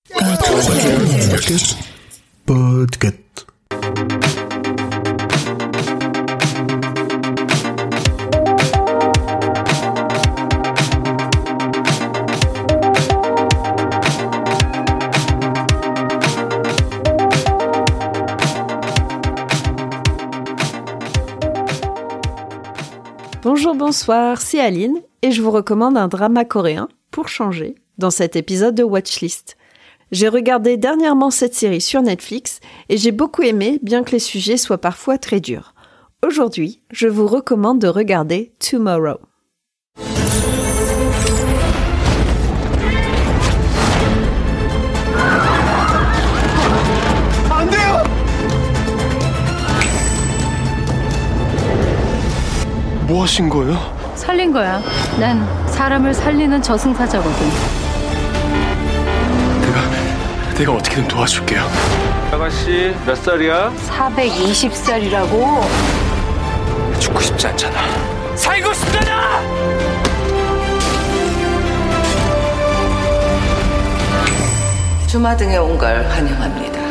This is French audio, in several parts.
Podcast. Bonjour, bonsoir, c'est Aline et je vous recommande un drama coréen pour changer dans cet épisode de Watchlist. J'ai regardé dernièrement cette série sur Netflix et j'ai beaucoup aimé, bien que les sujets soient parfois très durs. Aujourd'hui, je vous recommande de regarder Tomorrow. 안 돼요! 뭐 하신 거예요? 살린 거야. 난 사람을 살리는 저승사자거든. 내가 어떻게든 도와줄게요. 아가씨 몇 살이야? 420살이라고. 죽고 싶지 않잖아. 살고 싶잖아! 주마등에 온 걸 환영합니다.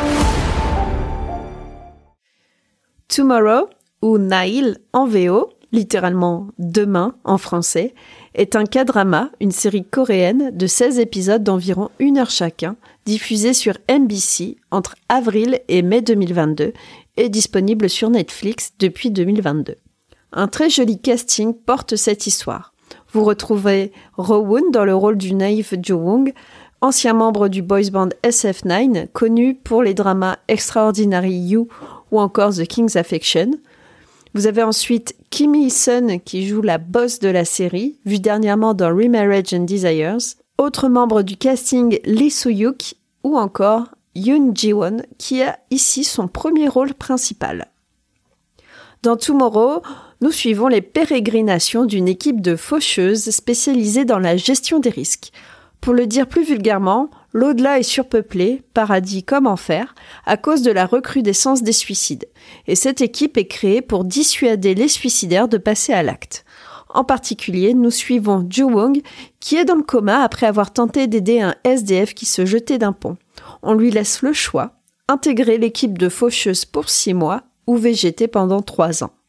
Tomorrow, ou Nail en VO, littéralement demain en français, est un K-drama, une série coréenne de 16 épisodes d'environ 1 heure chacun, diffusée sur MBC entre avril et mai 2022 et disponible sur Netflix depuis 2022. Un très joli casting porte cette histoire. Vous retrouvez Rowoon dans le rôle du naïf Jo-woong, ancien membre du boys band SF9, connu pour les dramas Extraordinary You ou encore The King's Affection. Vous avez ensuite Kim Hee-sun qui joue la boss de la série, vue dernièrement dans Remarriage and Desires, autre membre du casting Lee Soo-hyuk ou encore Yoon Ji-won qui a ici son premier rôle principal. Dans Tomorrow, nous suivons les pérégrinations d'une équipe de faucheuses spécialisées dans la gestion des risques. Pour le dire plus vulgairement, l'au-delà est surpeuplé, paradis comme enfer, à cause de la recrudescence des suicides. Et cette équipe est créée pour dissuader les suicidaires de passer à l'acte. En particulier, nous suivons Jo-woong, qui est dans le coma après avoir tenté d'aider un SDF qui se jetait d'un pont. On lui laisse le choix, intégrer l'équipe de faucheuses pour 6 mois ou végéter pendant 3 ans.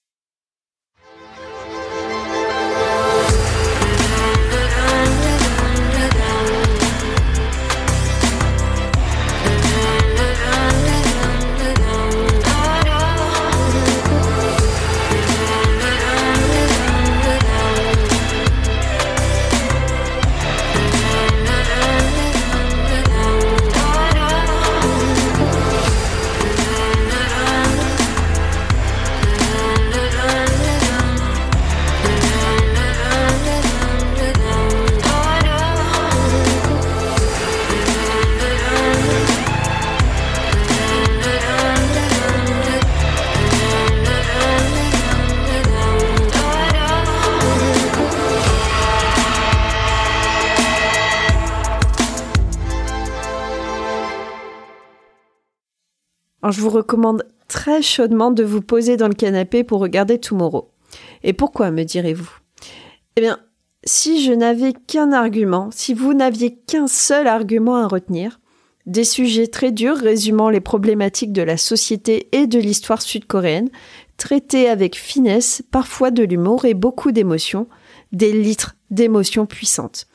Alors, je vous recommande très chaudement de vous poser dans le canapé pour regarder Tomorrow. Et pourquoi, me direz-vous ? Eh bien, si je n'avais qu'un argument, si vous n'aviez qu'un seul argument à retenir, des sujets très durs résumant les problématiques de la société et de l'histoire sud-coréenne, traités avec finesse, parfois de l'humour et beaucoup d'émotions, des litres d'émotions puissantes.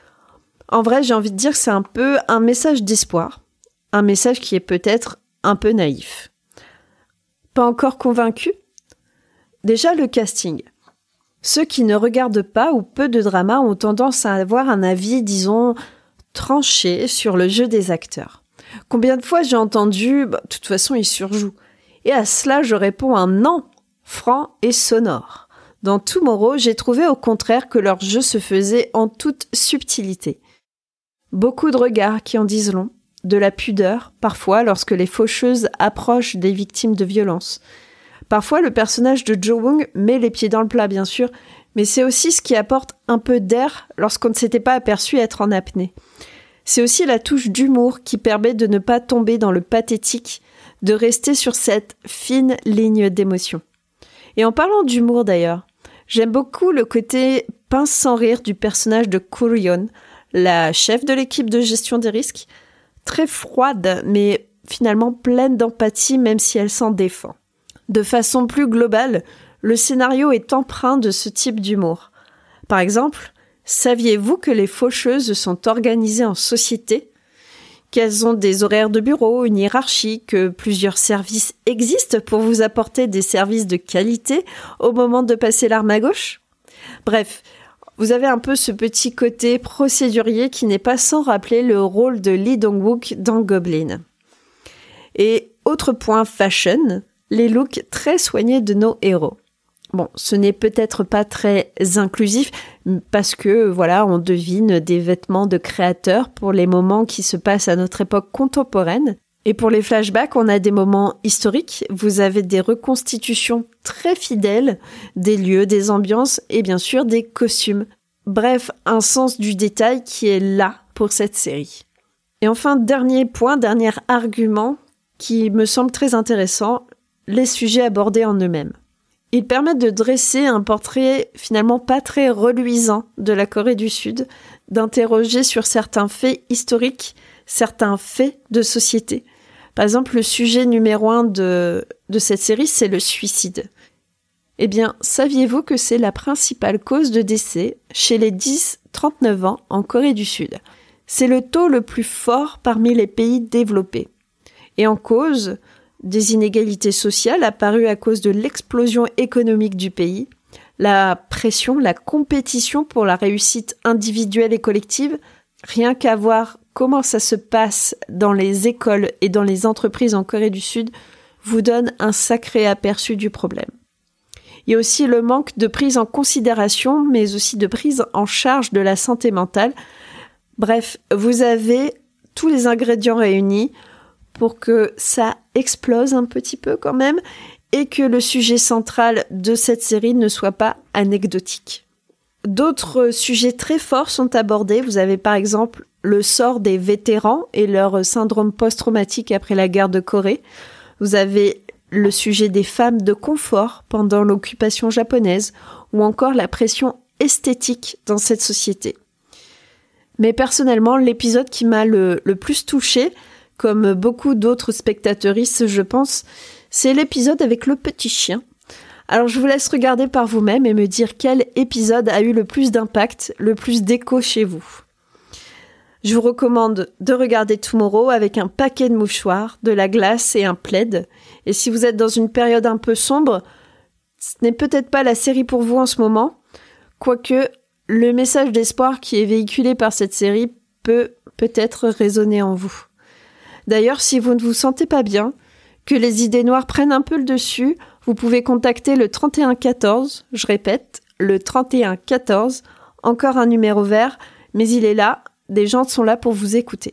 En vrai, j'ai envie de dire que c'est un peu un message d'espoir, un message qui est peut-être un peu naïf. Pas encore convaincu ? Déjà le casting. Ceux qui ne regardent pas ou peu de drama ont tendance à avoir un avis, disons, tranché sur le jeu des acteurs. Combien de fois j'ai entendu « de toute façon, ils surjouent ». Et à cela, je réponds un non, franc et sonore. Dans Tomorrow, j'ai trouvé au contraire que leur jeu se faisait en toute subtilité. Beaucoup de regards qui en disent long, de la pudeur, parfois, lorsque les faucheuses approchent des victimes de violences. Parfois, le personnage de Jo-woong met les pieds dans le plat, bien sûr, mais c'est aussi ce qui apporte un peu d'air lorsqu'on ne s'était pas aperçu être en apnée. C'est aussi la touche d'humour qui permet de ne pas tomber dans le pathétique, de rester sur cette fine ligne d'émotion. Et en parlant d'humour d'ailleurs, j'aime beaucoup le côté pince sans rire du personnage de Kuryeon, la chef de l'équipe de gestion des risques, très froide, mais finalement pleine d'empathie, même si elle s'en défend. De façon plus globale, le scénario est empreint de ce type d'humour. Par exemple, saviez-vous que les faucheuses sont organisées en société ? Qu'elles ont des horaires de bureau, une hiérarchie, que plusieurs services existent pour vous apporter des services de qualité au moment de passer l'arme à gauche ? Bref, vous avez un peu ce petit côté procédurier qui n'est pas sans rappeler le rôle de Lee Dong-wook dans Goblin. Et autre point fashion, les looks très soignés de nos héros. Bon, ce n'est peut-être pas très inclusif parce que, voilà, on devine des vêtements de créateurs pour les moments qui se passent à notre époque contemporaine. Et pour les flashbacks, on a des moments historiques. Vous avez des reconstitutions très fidèles des lieux, des ambiances et bien sûr des costumes. Bref, un sens du détail qui est là pour cette série. Et enfin, dernier point, dernier argument qui me semble très intéressant, les sujets abordés en eux-mêmes. Ils permettent de dresser un portrait finalement pas très reluisant de la Corée du Sud, d'interroger sur certains faits historiques, certains faits de société. Par exemple, le sujet numéro 1 de cette série, c'est le suicide. Eh bien, saviez-vous que c'est la principale cause de décès chez les 10-39 ans en Corée du Sud ? C'est le taux le plus fort parmi les pays développés. Et en cause, des inégalités sociales apparues à cause de l'explosion économique du pays, la pression, la compétition pour la réussite individuelle et collective, rien qu'à voir comment ça se passe dans les écoles et dans les entreprises en Corée du Sud, vous donne un sacré aperçu du problème. Il y a aussi le manque de prise en considération, mais aussi de prise en charge de la santé mentale. Bref, vous avez tous les ingrédients réunis pour que ça explose un petit peu quand même et que le sujet central de cette série ne soit pas anecdotique. D'autres sujets très forts sont abordés. Vous avez par exemple le sort des vétérans et leur syndrome post-traumatique après la guerre de Corée. Vous avez le sujet des femmes de confort pendant l'occupation japonaise ou encore la pression esthétique dans cette société. Mais personnellement, l'épisode qui m'a le plus touchée, comme beaucoup d'autres spectateuristes, je pense, c'est l'épisode avec le petit chien. Alors je vous laisse regarder par vous-même et me dire quel épisode a eu le plus d'impact, le plus d'écho chez vous. Je vous recommande de regarder Tomorrow avec un paquet de mouchoirs, de la glace et un plaid. Et si vous êtes dans une période un peu sombre, ce n'est peut-être pas la série pour vous en ce moment, quoique le message d'espoir qui est véhiculé par cette série peut peut-être résonner en vous. D'ailleurs, si vous ne vous sentez pas bien, que les idées noires prennent un peu le dessus, vous pouvez contacter le 3114, je répète, le 3114, encore un numéro vert, mais il est là, des gens sont là pour vous écouter.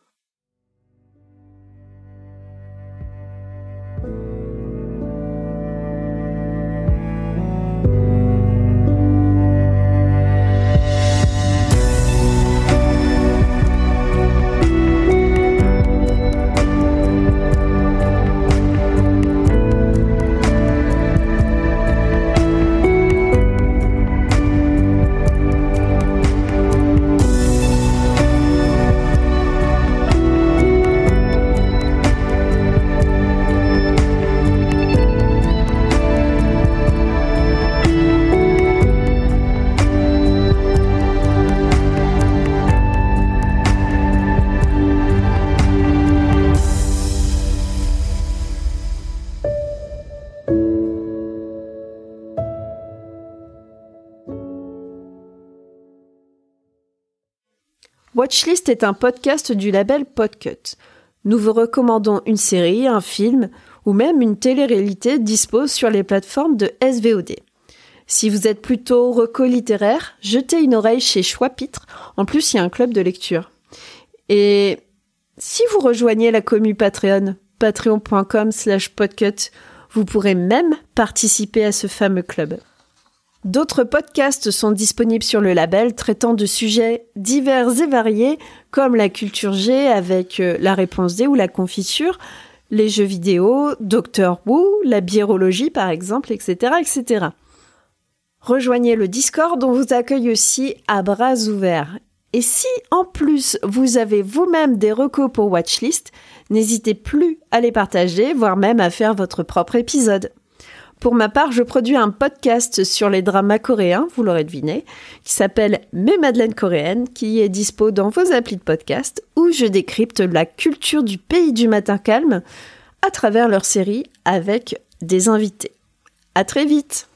Watchlist est un podcast du label Podcut. Nous vous recommandons une série, un film ou même une télé-réalité dispo sur les plateformes de SVOD. Si vous êtes plutôt reco littéraire, jetez une oreille chez Choix-Pitre. En plus, il y a un club de lecture. Et si vous rejoignez la commu Patreon, patreon.com/podcut, vous pourrez même participer à ce fameux club. D'autres podcasts sont disponibles sur le label traitant de sujets divers et variés comme la culture G avec la réponse D ou la confiture, les jeux vidéo, Doctor Who, la biérologie par exemple, etc., etc. Rejoignez le Discord, on vous accueille aussi à bras ouverts. Et si en plus vous avez vous-même des recos pour Watchlist, n'hésitez plus à les partager, voire même à faire votre propre épisode. Pour ma part, je produis un podcast sur les dramas coréens, vous l'aurez deviné, qui s'appelle Mes Madeleines coréennes, qui est dispo dans vos applis de podcast, où je décrypte la culture du pays du matin calme à travers leurs séries avec des invités. À très vite!